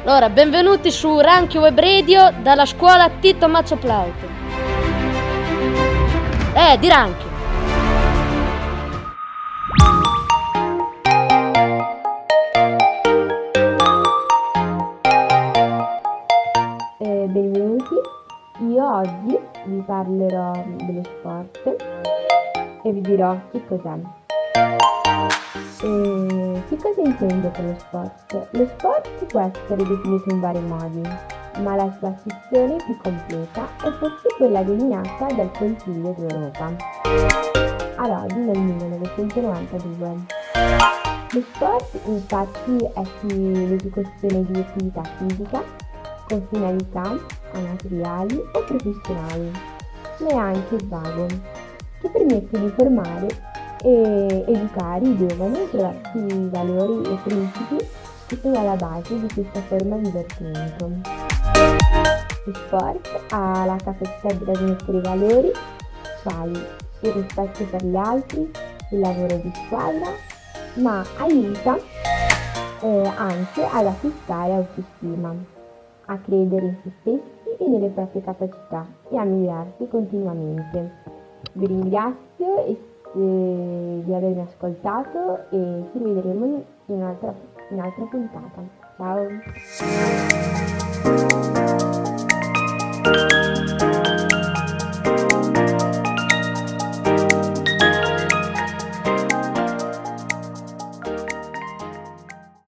Allora, benvenuti su Ranchio Web Radio dalla scuola Tito Maccio Plauto. Di Ranchio. Benvenuti, io oggi vi parlerò dello sport e vi dirò che cos'è. Che cosa intendo con lo sport? Lo sport può essere definito in vari modi, ma la sua accezione più completa è forse quella delineata dal Consiglio d'Europa a Rodi nel 1992. Lo sport infatti è l'esecuzione di attività fisica con finalità amatoriali o professionali, ma è anche svago, che permette di formare e educare i giovani attraverso i valori e principi che sono alla base di questa forma di divertimento. Lo sport ha la capacità di trasmettere valori quali il rispetto per gli altri, il lavoro di squadra, ma aiuta anche ad acquistare autostima, a credere in se stessi e nelle proprie capacità e a migliorarsi continuamente. Vi ringrazio di avermi ascoltato e ci rivedremo in un'altra puntata. Ciao!